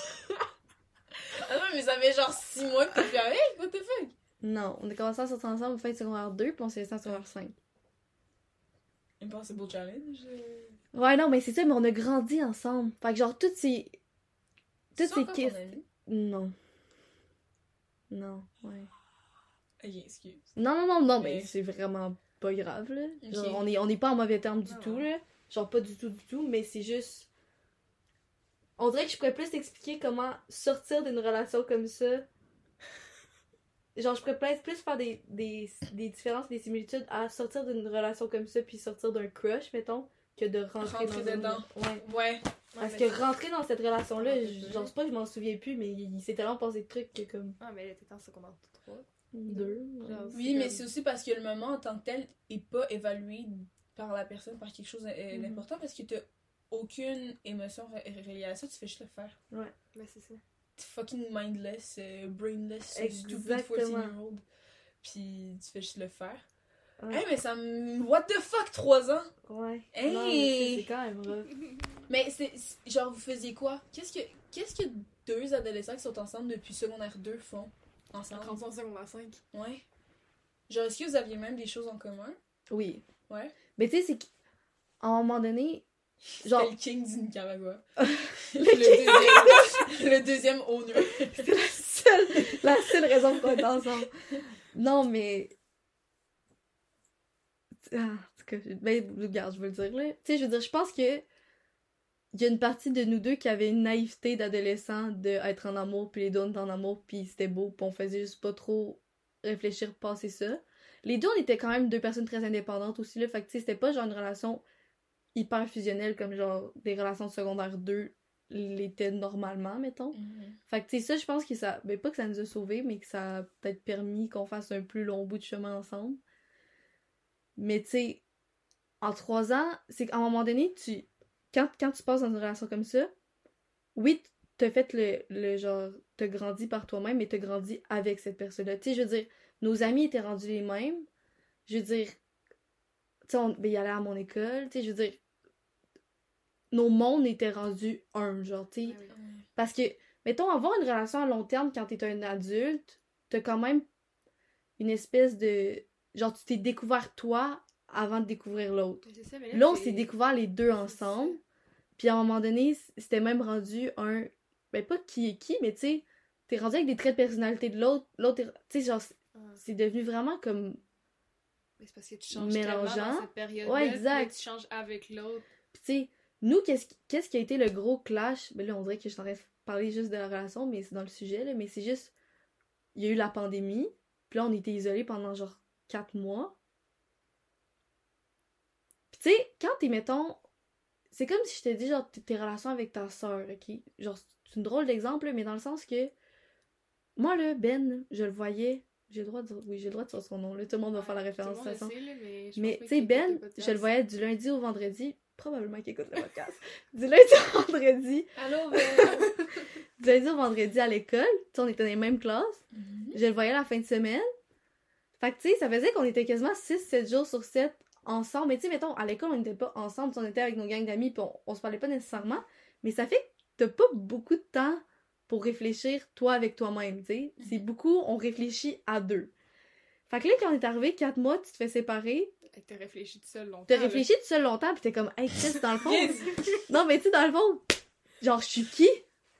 Ah non, mais ça fait genre six mois que t'es plus avec, what the fuck? Non, on a commencé à sortir ensemble au fin de secondaire deux, puis on s'est resté en secondaire cinq. Impossible challenge. euh. Ouais, non, mais c'est ça, mais on a grandi ensemble. Fait que genre, toutes ces... Toutes C'est ces encore ton questions... ami? Non. Non, ouais. Ok, excuse. Non, non, non, non, Mais- mais c'est vraiment pas grave, là. Ok. Genre, on est, on est pas en mauvais termes du Non, tout, non. là. Genre, pas du tout, du tout, mais c'est juste... On dirait que je pourrais plus t'expliquer comment sortir d'une relation comme ça. Genre, je pourrais peut-être plus faire des, des, des différences, des similitudes à sortir d'une relation comme ça puis sortir d'un crush, mettons, que de rentrer, Rentrer dans une- dedans. Ouais. Ouais. Parce mais que c'est- rentrer dans cette relation-là, Ouais, j- c'est genre, vrai. c'est pas que je m'en souviens plus, mais il, il s'est tellement passé de trucs que comme Ah, mais elle était en secondaire trois. deux. Genre, ouais. Oui, C'est mais comme- c'est aussi parce que le moment en tant que tel est pas évalué par la personne par quelque chose euh, Mhm. d'important parce que t'as aucune émotion re- reliée à ça, tu fais juste le faire. Mais c'est ça. T'es fucking mindless, euh, brainless, Exactement. stupid fourteen-year-old. Puis tu fais juste le faire. Ouais. Hey, mais ça me... What the fuck, trois ans? Ouais. Hey! Non, mais c'est- c'est quand même rough. Mais c'est... c'est- Genre, vous faisiez quoi? Qu'est-ce que... Qu'est-ce que deux adolescents qui sont ensemble depuis secondaire deux font ensemble? Rendu en secondaire cinq. Ouais. Genre, est-ce que vous aviez même des choses en commun? Oui. Ouais. Mais tu sais, c'est qu'à un moment donné, Genre... genre, le king du Nicaragua. Le le, deuxième, le deuxième owner. c'est la seule, la seule raison pour qu'on est ensemble. Non, mais. Ah, en tout cas, ben, regarde, je veux le dire, là. Tu sais, je veux dire, je pense que. Il y a une partie de nous deux qui avait une naïveté d'adolescent de être en amour, puis les deux on était en amour, puis c'était beau, puis on faisait juste pas trop réfléchir, passer ça. Les deux, on était quand même deux personnes très indépendantes aussi, là. Fait que, tu sais, c'était pas genre une relation hyper fusionnelle comme genre des relations de secondaire deux l'était normalement, mettons. Mhm. Fait que, tu sais, ça, je pense que ça... Ben, pas que ça nous a sauvés, mais que ça a peut-être permis qu'on fasse un plus long bout de chemin ensemble. Mais, tu sais, en trois ans, c'est qu'à un moment donné, tu... Quand, quand tu passes dans une relation comme ça, oui, t'as fait le, le genre... T'as grandi par toi-même, mais t'as grandi avec cette personne-là. Tu sais, je veux dire, nos amis étaient rendus les mêmes. Je veux dire... Tu sais, on... ben, il allait à mon école, tu sais, je veux dire... Nos mondes étaient rendus un, genre, tu sais... Ah oui. Parce que, mettons, avoir une relation à long terme quand t'es un adulte, t'as quand même une espèce de... Genre, tu t'es découvert toi avant de découvrir l'autre. C'est ça, mais Là, on t'es- s'est découvert les deux ensemble. Puis à un moment donné, c'était même rendu un... Ben, pas qui est qui, mais tu sais, t'es rendu avec des traits de personnalité de l'autre. L'autre, est- tu sais, genre, c'est- Ah. c'est devenu vraiment comme... Mais c'est parce que tu changes Mélangeant. tellement dans cette période-là. Ouais, puis exact. là, tu changes avec l'autre. Puis tu sais, nous, qu'est-ce qui, qu'est-ce qui a été le gros clash? Ben là, on dirait que je suis en train de parler juste de la relation, mais c'est dans le sujet, là. Mais c'est juste... Il y a eu la pandémie, puis là, on était isolés pendant genre quatre mois. Puis tu sais, quand t'es, mettons... C'est comme si je t'ai dit, genre, tes tes relations avec ta soeur, ok? Genre, c'est une drôle d'exemple, là, mais dans le sens que... Moi, là, Ben, je le voyais... J'ai le droit de dire... Oui, j'ai le droit de dire son nom, là. Tout le monde va faire la référence, de toute façon. Sait, là, mais je Mais, pense pas tu sais, qu'il écoute Ben, le podcast. je le voyais du lundi au vendredi. Probablement qu'il écoute le podcast. Du lundi au vendredi. Allô, Ben! Du lundi au vendredi à l'école. Tu sais, on était dans les mêmes classes. Mhm. Je le voyais la fin de semaine. Fait que, tu sais, ça faisait qu'on était quasiment six sept jours sur sept ensemble. Mais, tu sais, mettons, à l'école, on n'était pas ensemble. On était avec nos gangs d'amis, puis on, on se parlait pas nécessairement. Mais ça fait que t'as pas beaucoup de temps pour réfléchir, toi, avec toi-même, tu sais. Mhm. C'est beaucoup, on réfléchit à deux. Fait que là, quand on est arrivé quatre mois, tu te fais séparer. Hey, T'as réfléchi tout seul longtemps. T'as là. réfléchi tout seul longtemps, pis t'es comme, hey, Chris, dans le fond. Yes! Non, mais tu sais, dans le fond, genre, je suis qui?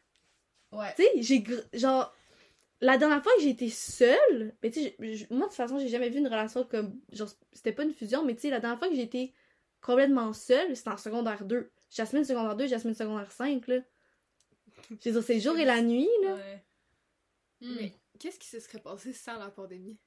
Ouais. Tu sais, j'ai. gr- Genre, la dernière fois que j'ai été seule, mais tu sais, j'ai- j'ai- moi, de toute façon, j'ai jamais vu une relation comme. Genre, c'était pas une fusion, mais tu sais, la dernière fois que j'ai été complètement seule, c'était en secondaire deux. Jasmine secondaire deux, Jasmine secondaire cinq, là. Je veux dire, c'est le jour et la nuit, là. Ouais. Hmm. Mais qu'est-ce qui se serait passé sans la pandémie?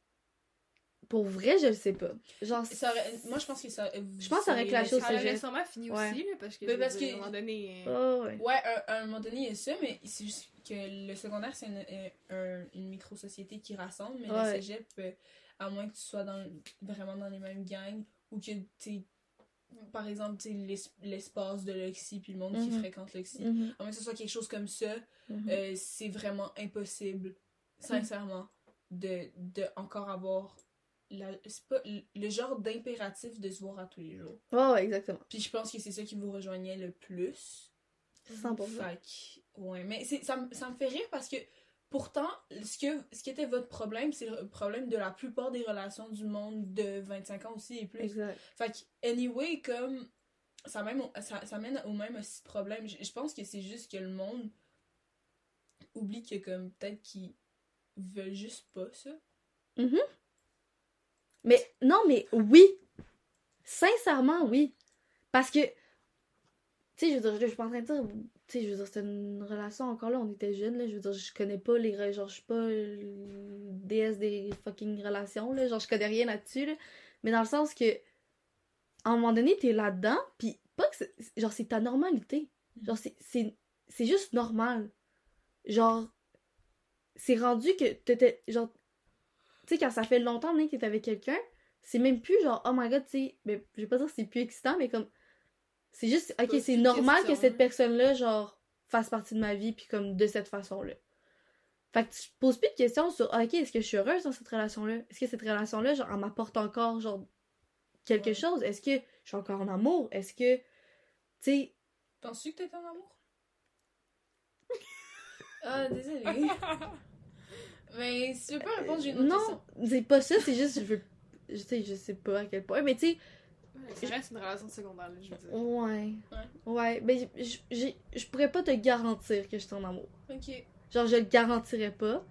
Pour vrai, je le sais pas. Genre, Ça aurait- Moi, je pense que ça. Je pense que ça aurait clashé au Ça aurait cégep. sûrement fini Ouais. aussi, là, parce que, Mais je veux parce dire, que- à un moment donné... euh, oh, ouais. Ouais, à, à un moment donné, il y a ça, mais c'est juste que le secondaire, c'est une, euh, un- une micro-société qui rassemble, mais Ouais. le cégep, euh, à moins que tu sois dans, vraiment dans les mêmes gangs, ou que, tu par exemple, tu sais, l'es- l'espace de l'Oxy, puis le monde qui Mhm. fréquente l'Oxy, Mhm, à moins que ce soit quelque chose comme ça, mhm. euh, c'est vraiment impossible, sincèrement, de, de encore avoir la, c'est pas le le genre d'impératif de se voir à tous les jours. Ouais, ouais, exactement. Puis je pense que c'est ça qui vous rejoignait le plus. cent pour cent. Fait que, ouais, mais c'est, ça, me- ça me fait rire parce que pourtant, ce, que, ce qui était votre problème, c'est le problème de la plupart des relations du monde de vingt-cinq ans aussi et plus. Exact. Fait que, anyway, comme ça, même, au- ça, ça mène au même aussi problème. Je, je pense que c'est juste que le monde oublie que, comme, peut-être qu'ils veulent juste pas ça. Mais non, mais oui. Sincèrement, oui. Parce que, tu sais, je veux dire, je suis pas en train de dire, tu sais, je veux dire, c'était une relation encore là, on était jeunes, là, je veux dire, je connais pas les, re- genre, je suis pas euh, déesse des fucking relations, là, genre, je connais rien là-dessus, là. Mais dans le sens que, à un moment donné, t'es là-dedans, pis pas que c'est, genre, c'est ta normalité. Genre, c'est, c'est, c'est juste normal. Genre, c'est rendu que t'étais, genre, tu sais, quand ça fait longtemps que t'es avec quelqu'un, c'est même plus genre, oh my god, tu sais, mais je vais pas dire que c'est plus excitant, mais comme, c'est juste, ok, pas c'est une normal question, que cette hein. personne-là, genre, fasse partie de ma vie, puis comme, de cette façon-là. Fait que tu te poses plus de questions sur, ah, ok, est-ce que je suis heureuse dans cette relation-là? Est-ce que cette relation-là, genre, elle m'apporte encore, genre, quelque Ouais. chose? Est-ce que je suis encore en amour? Est-ce que, tu sais, Penses-tu que t'es en amour? Ah, désolée. Mais si tu veux pas répondre, j'ai une autre non, question. c'est pas ça, c'est juste, je veux, je sais, je sais pas à quel point, mais tu sais, Ouais, ça reste une relation de secondaire, là, je veux dire. ouais, Ouais. ouais, ben, je- j'ai- je pourrais pas te garantir que je suis en amour. Ok. Genre, je le garantirais pas.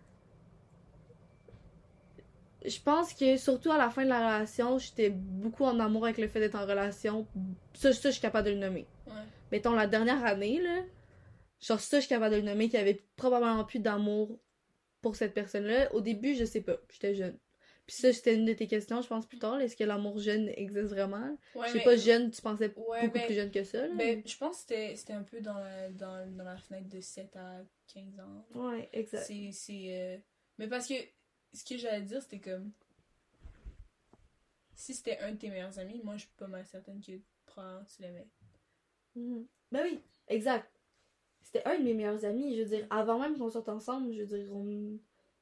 Je pense que, surtout à la fin de la relation, j'étais beaucoup en amour avec le fait d'être en relation. Ça, ça, je suis capable de le nommer. Ouais. Mettons, la dernière année, là, genre, ça, je suis capable de le nommer, qu'il y avait probablement plus d'amour pour cette personne-là. Au début, je sais pas, j'étais jeune. Puis ça, c'était une de tes questions, je pense, plus tard. Là. Est-ce que l'amour jeune existe vraiment? Ouais, Je sais mais- pas, jeune, tu pensais Ouais, beaucoup ben- plus jeune que ça, là. Ben, je pense que c'était, c'était un peu dans la, dans, dans la fenêtre de sept à quinze ans. Ouais, exact. C'est. c'est euh, Mais parce que ce que j'allais dire, c'était comme. Si c'était un de tes meilleurs amis, moi, je suis pas mal certaine que probablement tu l'aimais. Mhm. Ben oui, exact. C'était un de mes meilleurs amis. Je veux dire, avant même qu'on sorte ensemble, je veux dire, on...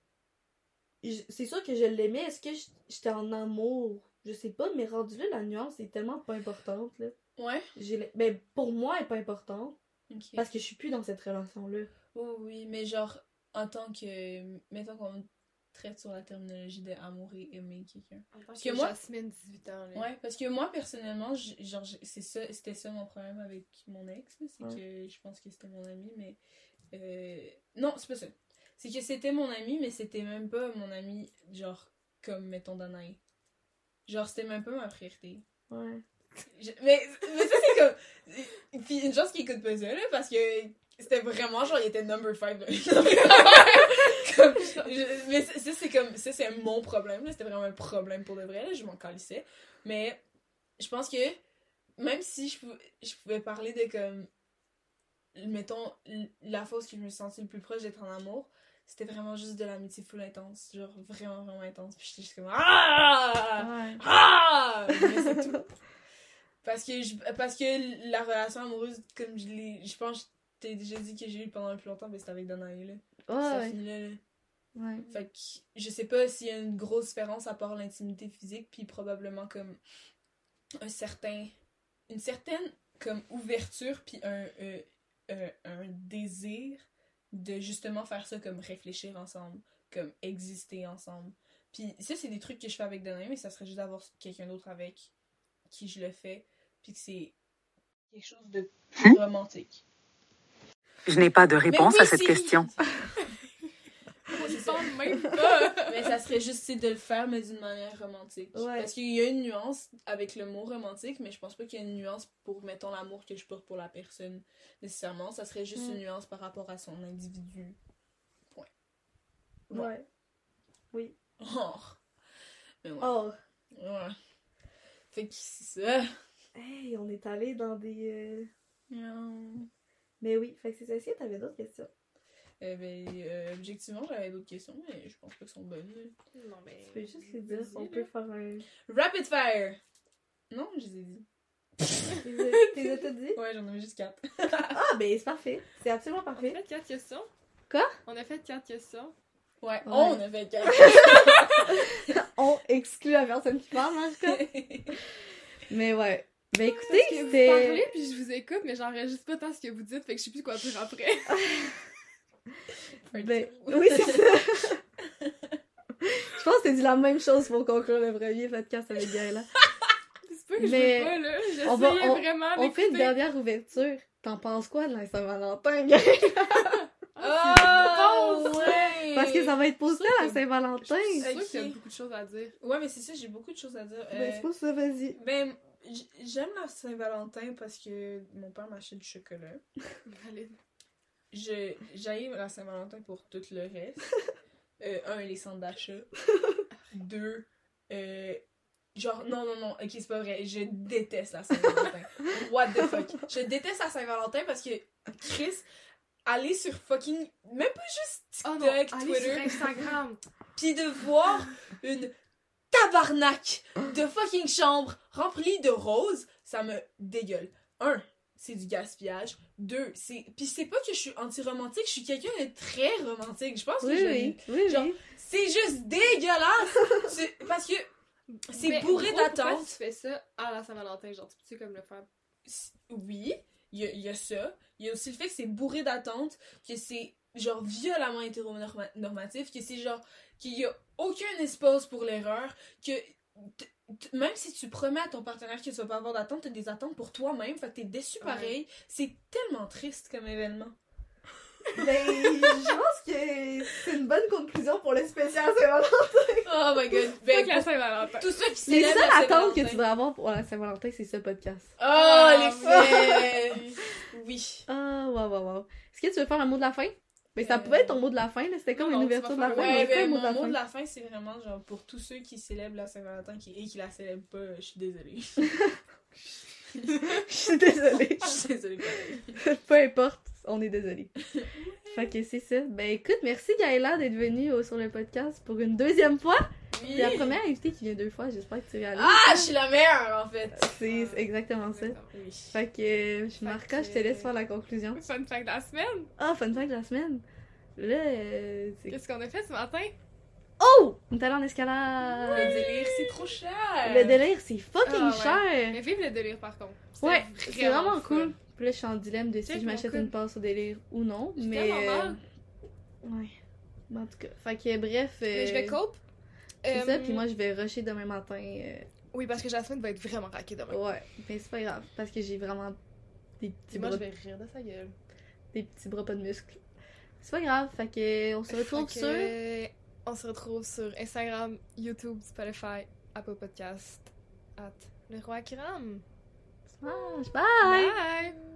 je- c'est sûr que je l'aimais. Est-ce que j- j'étais en amour? Je sais pas, mais rendu là, la nuance est tellement pas importante, là. Ouais? J'ai l'- Ben, pour moi, elle est pas importante. Ok. Parce que je suis plus dans cette relation-là. Oh oui, mais genre, en tant que. Mettons qu'on traite sur la terminologie de amour et aimer quelqu'un. Parce que que moi- Jasmine, dix-huit ans, là. Ouais, parce que moi, personnellement, j- genre, j- c'est ça, c'était ça mon problème avec mon ex, là, c'est Ouais. que je pense que c'était mon ami, mais... euh, Non, c'est pas ça. C'est que c'était mon ami, mais c'était même pas mon ami, genre, comme, mettons, Danae. Genre, c'était même pas ma priorité. Ouais. Je- Mais, mais ça, c'est comme... Puis une chose qui écoute pas ça, là, parce que c'était vraiment, genre, il était number five, là. Comme, je- mais ça, ça, c'est comme... Ça, c'est mon problème, là. C'était vraiment un problème pour de vrai, là. Je m'en calissais. Mais je pense que même si je pouvais, je pouvais parler de, comme... Mettons, l- la fois où je me suis sentie le plus proche d'être en amour, c'était vraiment juste de l'amitié full intense. Genre, vraiment, vraiment intense. Puis j'étais juste comme... Ah! Ouais. Ah! Mais c'est tout. Parce que, je, parce que la relation amoureuse, comme je l'ai. Je pense que je t'ai déjà dit que j'ai eu pendant le plus longtemps, mais c'était avec Danae, là. ça Ouais. finit là, là. Ouais. Fait que je sais pas s'il y a une grosse différence à part l'intimité physique, puis probablement comme un certain. Une certaine comme ouverture, puis un, euh, euh, un désir de justement faire ça comme réfléchir ensemble, comme exister ensemble. Puis ça, c'est des trucs que je fais avec Danae, mais ça serait juste d'avoir quelqu'un d'autre avec qui je le fais, puis que c'est quelque chose de plus romantique. Je n'ai pas de réponse Mais oui, à cette si! question. On y pense même pas! Mais ça serait juste c'est de le faire, mais d'une manière romantique. Ouais. Parce qu'il y a une nuance avec le mot romantique, mais je pense pas qu'il y a une nuance pour, mettons, l'amour que je porte pour la personne, nécessairement. Ça serait juste Mm. une nuance par rapport à son individu. Point. Ouais. Oui. Oh. Mais ouais. Oh. Ouais. Fait que c'est ça. Hey, on est allé dans des... euh, Mm. Mais oui, fait que c'est ça. Est-ce que t'avais d'autres questions? Eh ben, euh, objectivement, j'avais d'autres questions, mais je pense pas qu'elles sont bonnes. là. Non, mais. Tu peux juste les dire. vas-y, On là. peut faire un... Rapid fire! Non, je les ai dit. T'es as tout dit? Ouais, j'en avais juste quatre. Ah, ben c'est parfait. C'est absolument On a parfait. fait quatre questions. Quoi? On a fait quatre questions. Ouais, Ouais. on avait quatre. On exclut la personne qui parle, en tout cas. Mais ouais. Ben écoutez, Parce que vous c'était... parlez, puis je vous écoute, mais j'enregistre pas tant ce que vous dites, fait que je sais plus quoi dire après. Ben, oui, c'est ça. Je pense que t'as dit la même chose pour conclure le premier podcast avec Gaëla. C'est pas que Mais je veux pas, là. J'essayais on va- on- vraiment On fait une d'écouter. dernière ouverture. T'en penses quoi de la Saint-Valentin, Gaëla? Ah, c'est bon, ouais! Parce que ça va être posté sûr à la que- Saint-Valentin. Je suis sûre Ok. qu'il y a beaucoup de choses à dire. Ouais, mais c'est ça, j'ai beaucoup de choses à dire. Ben, Euh, c'est pas ça, vas-y. ben, j- j'aime la Saint-Valentin parce que mon père m'achète du chocolat. Valide. Je j'haïs la Saint-Valentin pour tout le reste. Euh, un, les centres d'achat. Deux, euh, genre, non, non, non, ok, c'est pas vrai. Je déteste la Saint-Valentin. What the fuck? Je déteste la Saint-Valentin parce que, Chris, aller sur fucking, même pas juste Oh TikTok, non, allez sur Twitter, Instagram. pis de voir une tabarnak de fucking chambre remplie de roses, ça me dégueule. Un, c'est du gaspillage. Deux, c'est... Pis c'est pas que je suis anti-romantique, je suis quelqu'un de très romantique. Je pense que Oui, je... oui, oui, genre, oui. C'est juste dégueulasse! C'est- Parce que c'est Mais bourré gros, pourquoi d'attentes. tu fais ça à la Saint-Valentin? Genre, tu peux comme le faire. S- Oui, il y a, il y a ça. Il y a aussi le fait que c'est bourré d'attentes, que c'est genre violemment hétéronormatif, que c'est genre qu'il y a aucun espace pour l'erreur, que t- t- même si tu promets à ton partenaire que tu vas pas avoir d'attentes, t'as des attentes pour toi-même, fait que t'es déçu Ouais. pareil. C'est tellement triste comme événement. Ben, je pense que c'est une bonne conclusion pour le spécial Saint-Valentin. Oh my god. Fuck Ben, la pour Saint-Valentin. tous ceux qui Les célèbrent seules la attentes que Saint-Valentin. tu devrais avoir pour la Saint-Valentin, c'est ce podcast. Oh, Ah, les faits! Oui. Ah, waouh, waouh, waouh. Est-ce que tu veux faire un mot de la fin? Mais ça Euh, pouvait être ton mot de la fin, là. C'était comme non, une non, tu ouverture de vas la faire fin. le- mais Ouais, fais ben, un mot mon de la mot fin. de la fin, c'est vraiment genre pour tous ceux qui célèbrent la Saint-Valentin qui- et qui la célèbrent pas, je suis désolée. Je suis désolée. Je suis désolée, pareil. Peu importe, on est désolé. Fait que c'est ça. Ben écoute, merci Gaëla d'être venue au- sur le podcast pour une deuxième fois. Oui. C'est la première invitée qui vient deux fois, j'espère que tu réalises. Ah, je suis la meilleure en fait. C'est c'est exactement ça. Oui. Fait que, euh, je Marca, que- je te laisse faire la conclusion. Fun fact de la semaine. Ah, fun fact de la semaine. Là, euh, c'est... Qu'est-ce qu'on a fait ce matin? Oh! On est allé en Le escalade! délire, c'est trop cher. Le délire, c'est fucking Ah, ouais. cher! Mais vive le délire par contre. C'était Ouais, c'est vraiment fun. cool. Puis là, je suis en dilemme de si C'est je m'achète vraiment une passe au délire ou non. C'est Mais. tellement euh, mal. Ouais. Mais en tout cas. Fait que bref. Mais je vais euh, cope. C'est Euh, ça, puis moi je vais rusher demain matin. euh, Oui, parce que Jasmine va être vraiment raquée demain. Ouais, mais c'est pas grave, parce que j'ai vraiment des petits Puis moi, bras, je vais rire de sa gueule. des petits bras pas de muscles. C'est pas grave, fait que on se retrouve Fait sur. que, on se retrouve sur Instagram, YouTube, Spotify, Apple Podcast, at Le Roi Kiram. Smash, bye! Bye!